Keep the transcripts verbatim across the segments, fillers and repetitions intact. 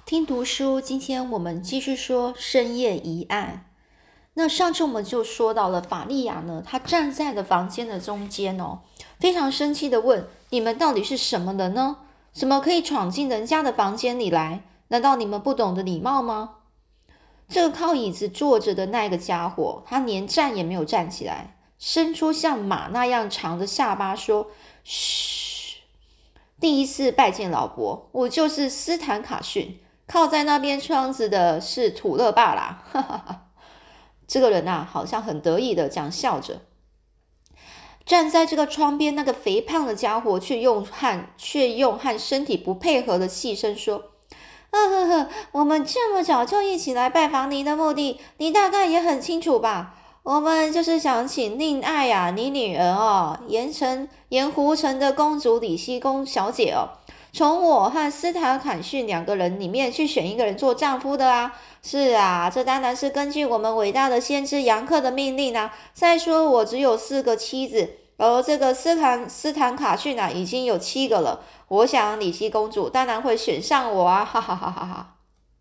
听读书，今天我们继续说深夜疑案。那上次我们就说到了法利亚呢，她站在了房间的中间哦，非常生气的问：你们到底是什么人呢？怎么可以闯进人家的房间里来？难道你们不懂得礼貌吗？这个靠椅子坐着的那个家伙，他连站也没有站起来，伸出像马那样长的下巴说：嘘，第一次拜见老伯，我就是斯坦卡逊。靠在那边窗子的是土勒爸啦，哈哈哈。这个人啊，好像很得意的这样笑着。站在这个窗边那个肥胖的家伙，却用和却用和身体不配合的细声说：“呵呵呵，我们这么早就一起来拜访您的目的，你大概也很清楚吧？我们就是想请令爱呀、啊，你女儿哦，盐城盐湖城的公主李西公小姐哦。”从我和斯坦坎逊两个人里面去选一个人做丈夫的啊！是啊，这当然是根据我们伟大的先知杨克的命令啊。再说我只有四个妻子，而这个斯坦斯坦卡逊啊已经有七个了。我想李西公主当然会选上我啊！哈哈哈哈哈！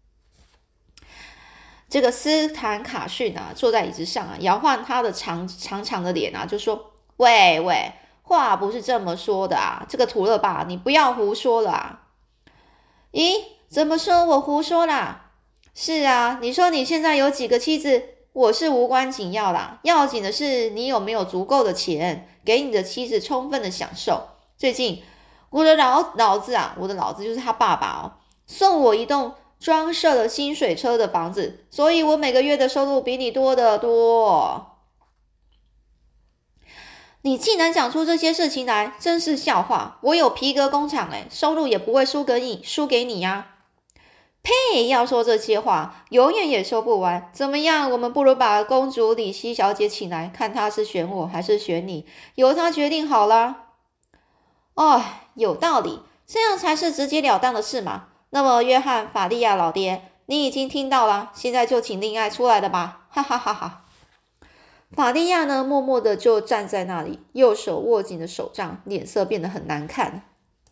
这个斯坦卡逊啊坐在椅子上啊，摇晃他的长长长的脸啊，就说：“喂喂。”话不是这么说的啊，这个土勒爸，你不要胡说了啊！咦，怎么说我胡说啦？是啊，你说你现在有几个妻子，我是无关紧要啦，要紧的是你有没有足够的钱给你的妻子充分的享受。最近我的老老子啊，我的老子就是他爸爸哦，送我一栋装设了薪水车的房子，所以我每个月的收入比你多得多。你竟然讲出这些事情来，真是笑话！我有皮革工厂，诶，收入也不会输给你，输给你呀、啊！呸！要说这些话，永远也说不完。怎么样？我们不如把公主李西小姐请来，看她是选我还是选你，由她决定好了。哦，有道理，这样才是直截了当的事嘛。那么，约翰法利亚老爹，你已经听到了，现在就请令爱出来了吧！哈哈哈哈。法利亚呢，默默的就站在那里，右手握紧了手杖，脸色变得很难看。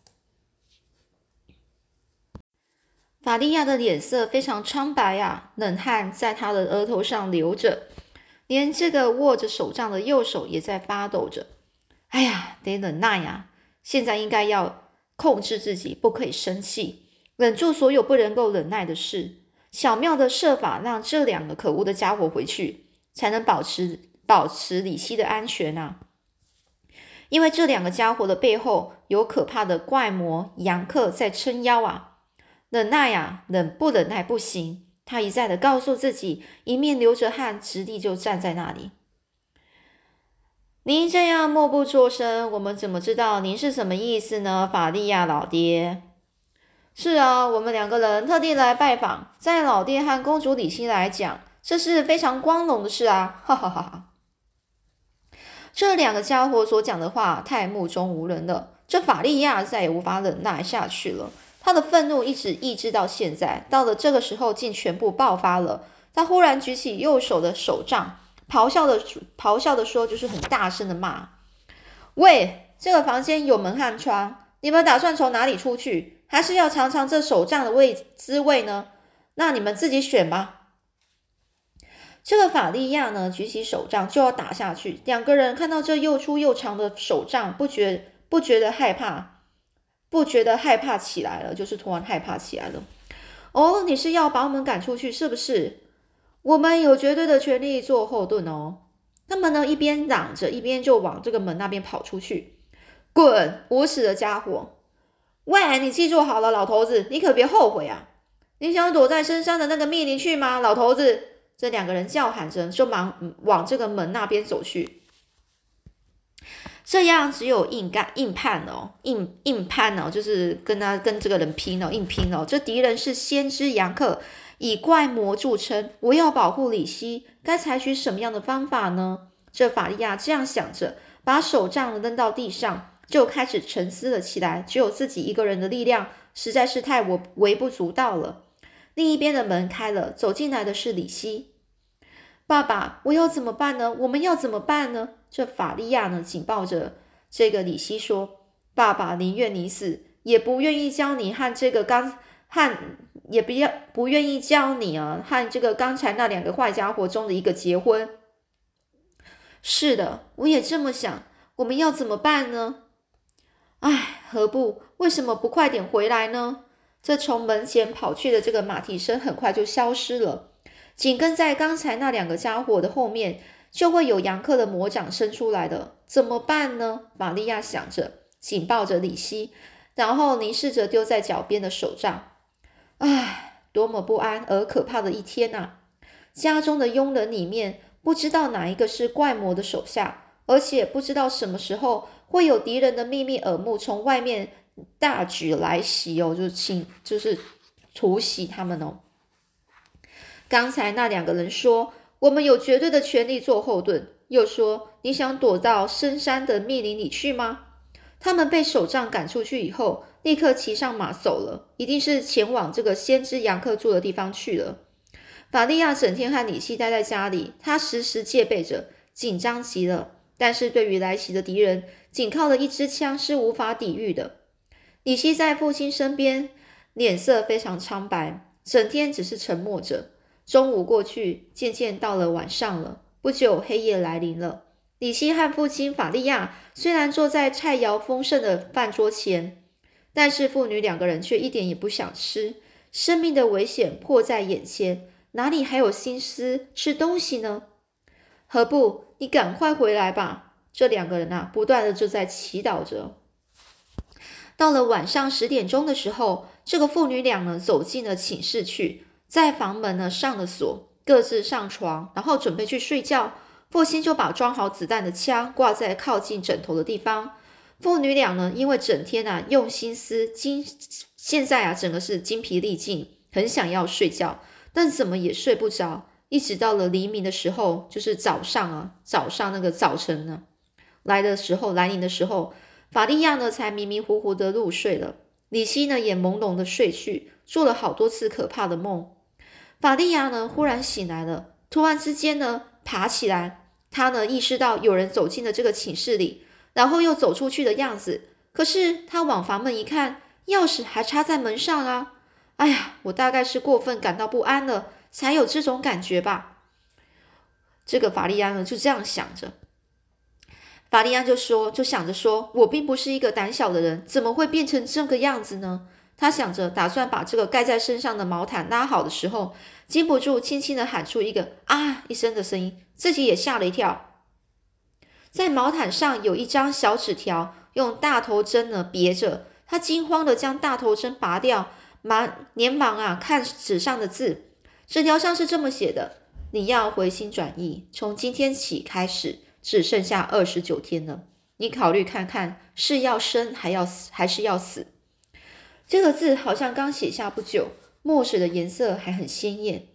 法利亚的脸色非常苍白啊，冷汗在他的额头上流着，连这个握着手杖的右手也在发抖着。哎呀，得忍耐呀！现在应该要控制自己，不可以生气，忍住所有不能够忍耐的事，巧妙的设法让这两个可恶的家伙回去，才能保持保持李西的安全啊！因为这两个家伙的背后有可怕的怪魔杨克在撑腰啊！忍耐啊，忍不忍耐不行。他一再的告诉自己，一面流着汗，直立就站在那里。您这样默不作声，我们怎么知道您是什么意思呢，法利亚老爹？是啊，我们两个人特地来拜访，在老爹和公主李西来讲，这是非常光荣的事啊！哈哈哈哈。这两个家伙所讲的话太目中无人了，这法利亚再也无法忍耐下去了。他的愤怒一直抑制到现在，到了这个时候竟全部爆发了。他忽然举起右手的手杖，咆哮的咆哮的说，就是很大声的骂：“喂，这个房间有门和窗，你们打算从哪里出去？还是要尝尝这手杖的味滋味呢？那你们自己选吧。”这个法利亚呢，举起手杖就要打下去。两个人看到这又粗又长的手杖，不觉不觉得害怕。不觉得害怕起来了，就是突然害怕起来了。哦，你是要把我们赶出去是不是？我们有绝对的权利做后盾哦。他们呢一边嚷着，一边就往这个门那边跑出去。滚，无耻的家伙！喂，你记住好了，老头子，你可别后悔啊！你想躲在深山的那个密林去吗，老头子？这两个人叫喊着，就忙往这个门那边走去。这样只有硬干硬判哦，硬硬判哦，就是跟他跟这个人拼哦，硬拼哦。这敌人是先知杨克，以怪魔著称。我要保护李西，该采取什么样的方法呢？这法利亚这样想着，把手杖扔到地上，就开始沉思了起来。只有自己一个人的力量实在是太微不足道了。另一边的门开了，走进来的是李西。爸爸，我要怎么办呢？我们要怎么办呢？这法利亚呢，紧抱着这个李西说：“爸爸宁愿你死，也不愿意将你和这个刚和也不要不愿意叫你啊和这个刚才那两个坏家伙中的一个结婚。是的，我也这么想，我们要怎么办呢？唉，何不为什么不快点回来呢？这从门前跑去的这个马蹄声很快就消失了，紧跟在刚才那两个家伙的后面，就会有杨克的魔掌伸出来的，怎么办呢？玛利亚想着，紧抱着李希，然后凝视着丢在脚边的手杖。唉，多么不安而可怕的一天啊！家中的佣人里面，不知道哪一个是怪魔的手下，而且不知道什么时候会有敌人的秘密耳目从外面大举来袭哦，就是请就是突袭他们哦。刚才那两个人说，我们有绝对的权利做后盾，又说你想躲到深山的密林里去吗？他们被守杖赶出去以后，立刻骑上马走了，一定是前往这个先知杨克住的地方去了。法利亚整天和李希待在家里，他时时戒备着，紧张极了。但是对于来袭的敌人，仅靠了一支枪是无法抵御的。李希在父亲身边，脸色非常苍白，整天只是沉默着。中午过去，渐渐到了晚上了，不久黑夜来临了。李希和父亲法利亚虽然坐在菜肴丰盛的饭桌前，但是父女两个人却一点也不想吃。生命的危险迫在眼前，哪里还有心思吃东西呢？何不你赶快回来吧。这两个人啊，不断的就在祈祷着。到了晚上十点钟的时候，这个父女俩呢走进了寝室去，在房门呢上了锁，各自上床，然后准备去睡觉。父亲就把装好子弹的枪挂在靠近枕头的地方。父女俩呢，因为整天啊用心思，精现在啊整个是精疲力尽，很想要睡觉，但怎么也睡不着。一直到了黎明的时候，就是早上啊，早上那个早晨呢来的时候，来临的时候，法利亚呢才迷迷糊糊的入睡了。李希呢也朦胧的睡去，做了好多次可怕的梦。法利亚呢忽然醒来了，突然之间呢爬起来，他呢意识到有人走进了这个寝室里，然后又走出去的样子。可是他往房门一看，钥匙还插在门上啊！哎呀，我大概是过分感到不安了，才有这种感觉吧。这个法利亚呢就这样想着。法利亚就说，就想着说，我并不是一个胆小的人，怎么会变成这个样子呢？他想着，打算把这个盖在身上的毛毯拉好的时候，禁不住轻轻的喊出一个啊一声的声音，自己也吓了一跳。在毛毯上有一张小纸条，用大头针呢别着。他惊慌的将大头针拔掉，忙连忙啊看纸上的字。纸条上是这么写的：你要回心转意，从今天起开始，只剩下二十九天了。你考虑看看，是要生还要死，还是要死？这个字好像刚写下不久，墨水的颜色还很鲜艳。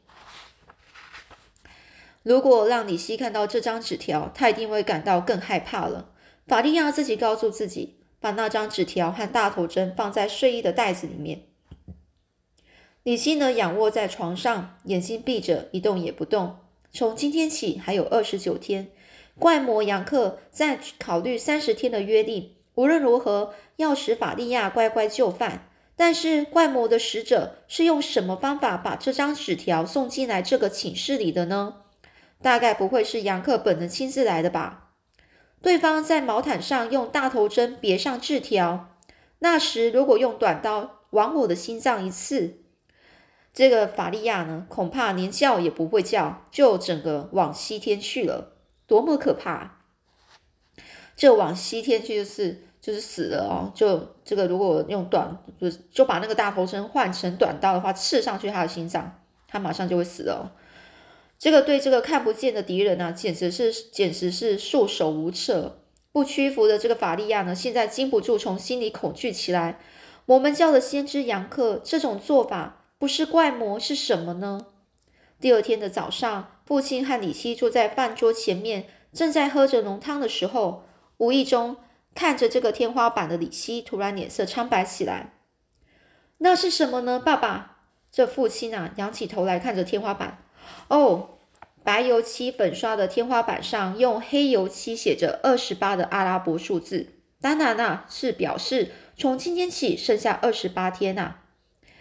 如果让李希看到这张纸条，他一定会感到更害怕了。法利亚自己告诉自己，把那张纸条和大头针放在睡衣的袋子里面。李希呢，仰卧在床上，眼睛闭着，一动也不动。从今天起还有二十九天，怪魔杨克再考虑三十天的约定，无论如何要使法利亚乖乖就范。但是怪魔的使者是用什么方法把这张纸条送进来这个寝室里的呢？大概不会是杨克本人亲自来的吧？对方在毛毯上用大头针别上字条，那时如果用短刀往我的心脏一刺，这个法利亚呢，恐怕连叫也不会叫，就整个往西天去了，多么可怕！这往西天去就是就是死了哦。就这个如果用短就就把那个大头针换成短刀的话，刺上去他的心脏，他马上就会死了哦。这个对这个看不见的敌人啊，简直是简直是束手无策。不屈服的这个法利亚呢，现在禁不住从心里恐惧起来。我们叫的先知杨克，这种做法不是怪魔是什么呢？第二天的早上，父亲和李希坐在饭桌前面，正在喝着浓汤的时候，无意中看着这个天花板的李希突然脸色苍白起来。那是什么呢，爸爸？这父亲啊，仰起头来看着天花板。哦，白油漆粉刷的天花板上用黑油漆写着二十八的阿拉伯数字，当然啊，是表示从今天起剩下二十八天啊。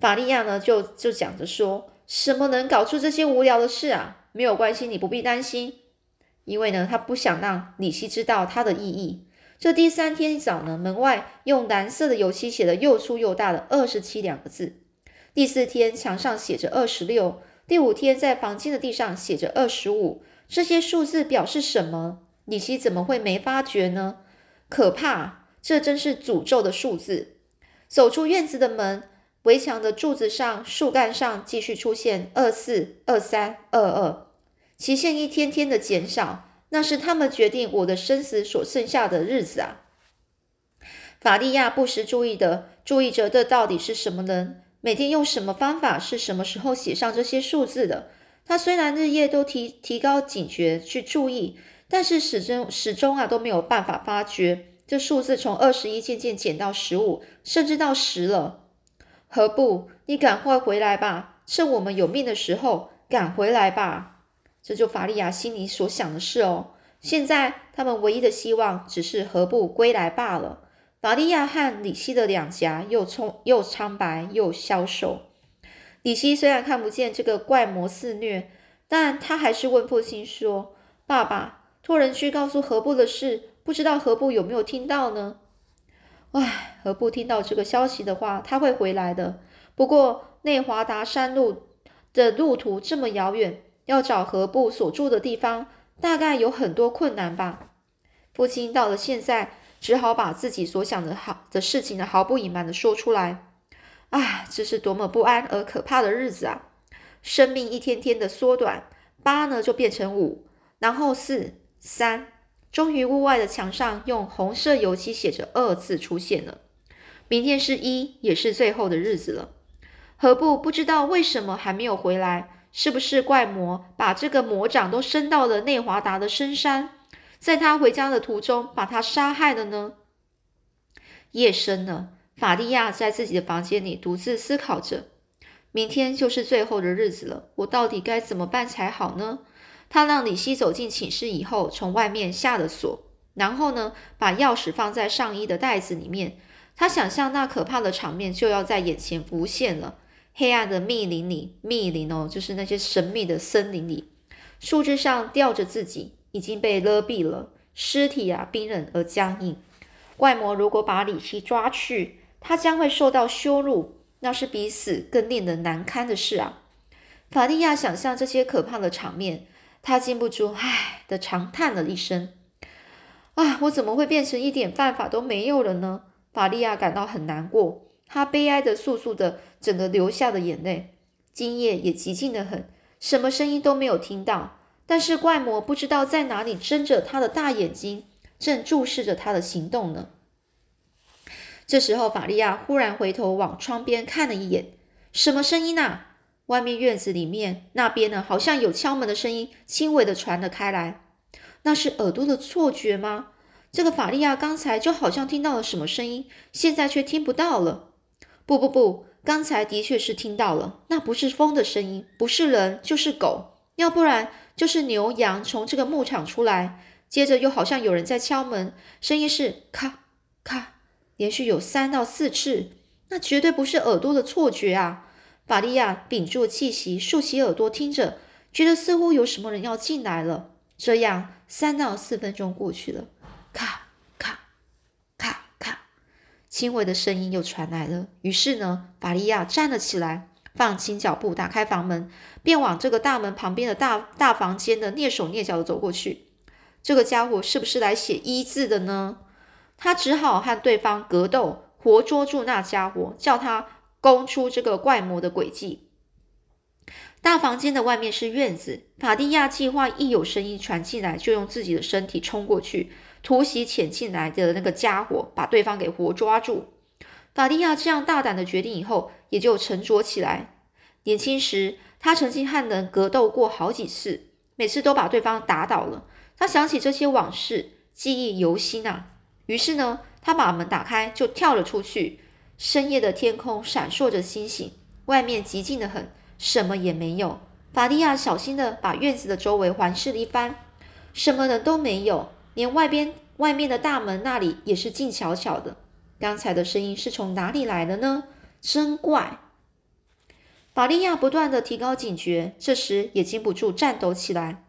法利亚呢就就讲着说，什么能搞出这些无聊的事啊？没有关系，你不必担心。因为呢，他不想让李希知道他的意义。这第三天一早呢，门外用蓝色的油漆写了又粗又大的二十七两个字。第四天墙上写着二十六，第五天在房间的地上写着二十五。这些数字表示什么？李希怎么会没发觉呢？可怕，这真是诅咒的数字。走出院子的门，围墙的柱子上、树干上继续出现二四、二三、二二，期限一天天的减少。那是他们决定我的生死所剩下的日子啊！法利亚不时注意的注意着，这到底是什么人？每天用什么方法？是什么时候写上这些数字的？他虽然日夜都提提高警觉去注意，但是始终始终啊都没有办法发觉这数字从二十一渐渐减到十五，甚至到十了。何不，你赶快回来吧！趁我们有命的时候，赶回来吧！这就法利亚心里所想的事哦。现在他们唯一的希望只是何不归来罢了。法利亚和李希的两颊又冲又苍白又消瘦。李希虽然看不见这个怪魔肆虐，但他还是问父亲说：“爸爸，托人去告诉何不的事，不知道何不有没有听到呢？”唉，何不听到这个消息的话，他会回来的。不过内华达山路的路途这么遥远，要找何不所住的地方，大概有很多困难吧。父亲到了现在，只好把自己所想的好的事情呢，毫不隐瞒的说出来。唉，这是多么不安而可怕的日子啊！生命一天天的缩短，八呢就变成五，然后四、三，终于屋外的墙上用红色油漆写着二字出现了。明天是一，也是最后的日子了。何不不知道为什么还没有回来？是不是怪魔把这个魔掌都伸到了内华达的深山，在他回家的途中把他杀害了呢？夜深了，法利亚在自己的房间里独自思考着，明天就是最后的日子了，我到底该怎么办才好呢？他让李希走进寝室以后，从外面下了锁，然后呢，把钥匙放在上衣的袋子里面。他想象那可怕的场面就要在眼前浮现了。黑暗的密林里，密林哦，就是那些神秘的森林里，树枝上吊着自己，已经被勒毙了，尸体啊冰冷而僵硬。怪魔如果把李希抓去，他将会受到羞辱，那是比死更令人难堪的事啊！法利亚想象这些可怕的场面，他禁不住唉的长叹了一声。啊，我怎么会变成一点办法都没有了呢？法利亚感到很难过。他悲哀的簌簌的整个流下的眼泪，今夜也寂静得很，什么声音都没有听到。但是怪魔不知道在哪里睁着他的大眼睛，正注视着他的行动呢。这时候法利亚忽然回头往窗边看了一眼，什么声音啊？外面院子里面那边呢，好像有敲门的声音轻微的传了开来。那是耳朵的错觉吗？这个法利亚刚才就好像听到了什么声音，现在却听不到了。不不不，刚才的确是听到了，那不是风的声音，不是人就是狗，要不然就是牛羊从这个牧场出来。接着又好像有人在敲门，声音是咔咔，连续有三到四次，那绝对不是耳朵的错觉啊！法利亚屏住气息，竖起耳朵听着，觉得似乎有什么人要进来了。这样三到四分钟过去了，咔咔咔咔，轻微的声音又传来了。于是呢，法利亚站了起来，放轻脚步，打开房门，便往这个大门旁边的大大房间的蹑手蹑脚的走过去。这个家伙是不是来写一字的呢？他只好和对方格斗，活捉住那家伙，叫他供出这个怪魔的诡计。大房间的外面是院子，法利亚计划一有声音传进来，就用自己的身体冲过去，突袭潜进来的那个家伙，把对方给活抓住。法利亚这样大胆的决定以后，也就沉着起来。年轻时，他曾经和人格斗过好几次，每次都把对方打倒了。他想起这些往事，记忆犹新啊。于是呢，他把门打开，就跳了出去。深夜的天空闪烁着星星，外面寂静得很，什么也没有。法利亚小心地把院子的周围环视了一番，什么人都没有，连外边外面的大门那里也是静悄悄的。刚才的声音是从哪里来的呢？真怪！ 法利亚不断的提高警觉，这时也禁不住颤抖起来。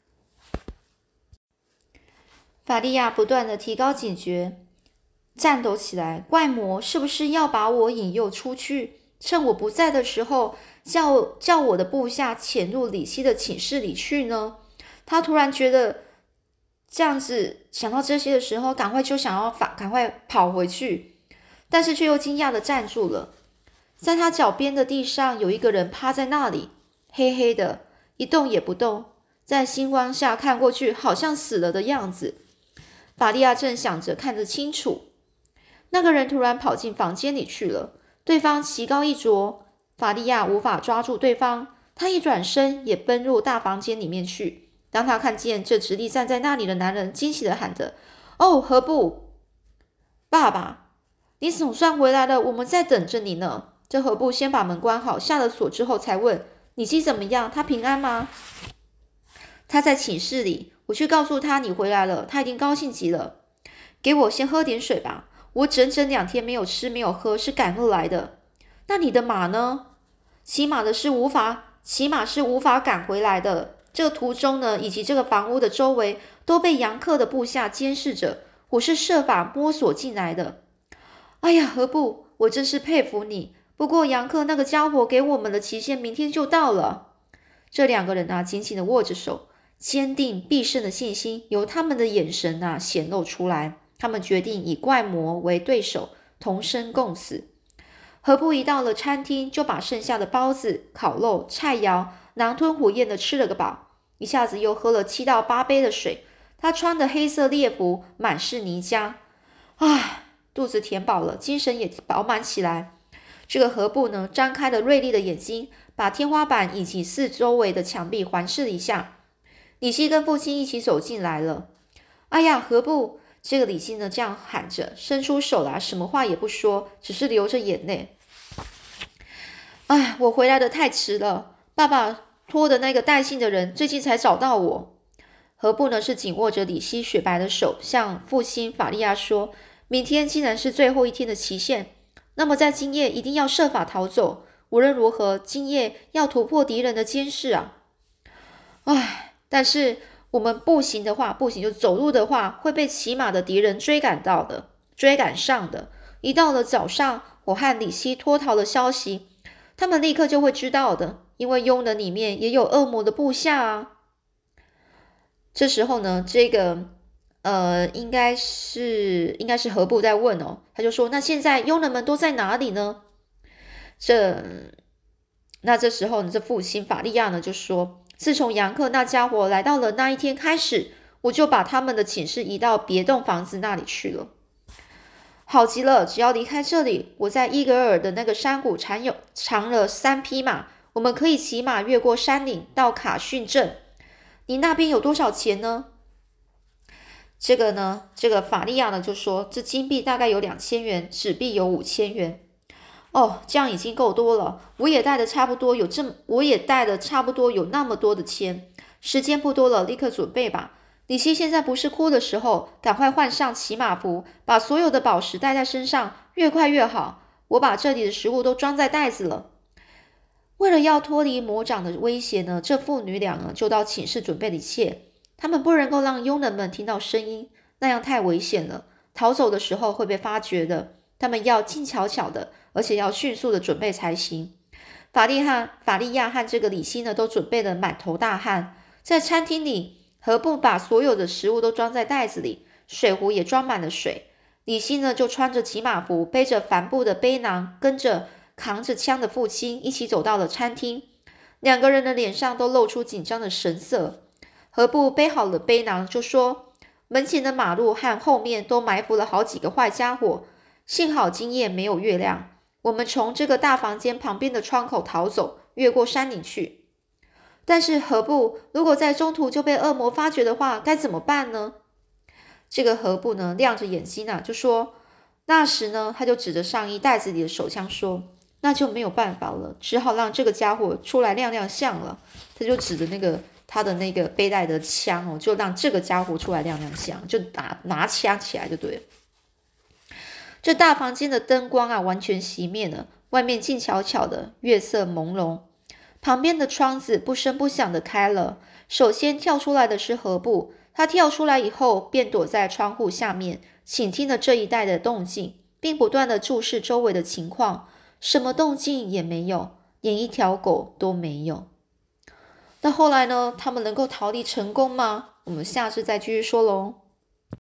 法利亚不断的提高警觉，颤抖起来。怪魔是不是要把我引诱出去，趁我不在的时候，叫叫我的部下潜入李希的寝室里去呢？他突然觉得这样子，想到这些的时候，赶快就想要反赶快跑回去，但是却又惊讶的站住了。在他脚边的地上有一个人趴在那里，黑黑的，一动也不动，在星光下看过去，好像死了的样子。法利亚正想着看得清楚，那个人突然跑进房间里去了。对方旗高一着，法利亚无法抓住对方，他一转身也奔入大房间里面去。当他看见这直立站在那里的男人，惊喜地喊着：“哦，何布，爸爸，你总算回来了，我们在等着你呢。”这何布先把门关好，下了锁之后才问：“你妻怎么样？他平安吗？”他在寝室里，我去告诉他你回来了，他一定高兴极了。给我先喝点水吧，我整整两天没有吃没有喝，是赶路来的。那你的马呢？骑马的是无法，骑马是无法赶回来的。这个途中呢，以及这个房屋的周围都被杨克的部下监视着，我是设法摸索进来的。哎呀，何布，我真是佩服你。不过杨克那个家伙给我们的期限明天就到了。这两个人啊，紧紧的握着手。坚定必胜的信心由他们的眼神啊显露出来，他们决定以怪魔为对手，同生共死。何布一到了餐厅，就把剩下的包子、烤肉、菜肴狼吞虎咽的吃了个饱，一下子又喝了七到八杯的水。他穿的黑色猎服满是泥浆，唉，肚子填饱了，精神也饱满起来。这个何布呢，张开了锐利的眼睛，把天花板以及四周围的墙壁环视了一下。李希跟父亲一起走进来了。哎呀，何布！这个李希呢这样喊着，伸出手来，什么话也不说，只是流着眼泪。哎，我回来的太迟了，爸爸托的那个带信的人最近才找到我。何布呢是紧握着李希雪白的手，向父亲法利亚说：“明天既然是最后一天的期限，那么在今夜一定要设法逃走。无论如何，今夜要突破敌人的监视啊！”哎。但是我们步行的话，步行就走路的话，会被骑马的敌人追赶到的，追赶上的。一到了早上，我和李希脱逃的消息，他们立刻就会知道的，因为佣人里面也有恶魔的部下啊。这时候呢，这个呃，应该是应该是何布在问哦，他就说：“那现在佣人们都在哪里呢？”这那这时候呢，这父亲法利亚呢就说。自从杨克那家伙来到了那一天开始，我就把他们的寝室移到别栋房子那里去了。好极了，只要离开这里，我在伊格尔的那个山谷藏有藏了三匹马，我们可以骑马越过山岭到卡逊镇。你那边有多少钱呢？这个呢，这个法利亚呢就说，这金币大概有两千元，纸币有五千元。哦，这样已经够多了。我也带的差不多有这么，我也带的差不多有那么多的钱。时间不多了，立刻准备吧。李希现在不是哭的时候，赶快换上骑马服，把所有的宝石带在身上，越快越好。我把这里的食物都装在袋子了。为了要脱离魔掌的威胁呢，这父女俩呢就到寝室准备了一切。他们不能够让佣人们听到声音，那样太危险了。逃走的时候会被发觉的。他们要静悄悄的。而且要迅速的准备才行。法利和法利亚和这个李希呢，都准备得满头大汗。在餐厅里，何布把所有的食物都装在袋子里，水壶也装满了水。李希呢，就穿着骑马服，背着帆布的背囊，跟着扛着枪的父亲一起走到了餐厅。两个人的脸上都露出紧张的神色。何布背好了背囊，就说：“门前的马路和后面都埋伏了好几个坏家伙，幸好今夜没有月亮。我们从这个大房间旁边的窗口逃走，越过山岭去。但是何布，如果在中途就被恶魔发觉的话，该怎么办呢？”这个何布呢，亮着眼睛啊，就说：“那时呢，他就指着上衣袋子里的手枪说：‘那就没有办法了，只好让这个家伙出来亮亮相了。’他就指着那个他的那个背带的枪哦，就让这个家伙出来亮亮相，就拿拿枪起来就对了。”这大房间的灯光啊，完全熄灭了， 外面静悄悄的，月色朦胧。旁边的窗子不声不响的开了，首先跳出来的是何布。他跳出来以后，便躲在窗户下面，倾听了这一带的动静，并不断的注视周围的情况。什么动静也没有，连一条狗都没有。那后来呢？他们能够逃离成功吗？我们下次再继续说喽。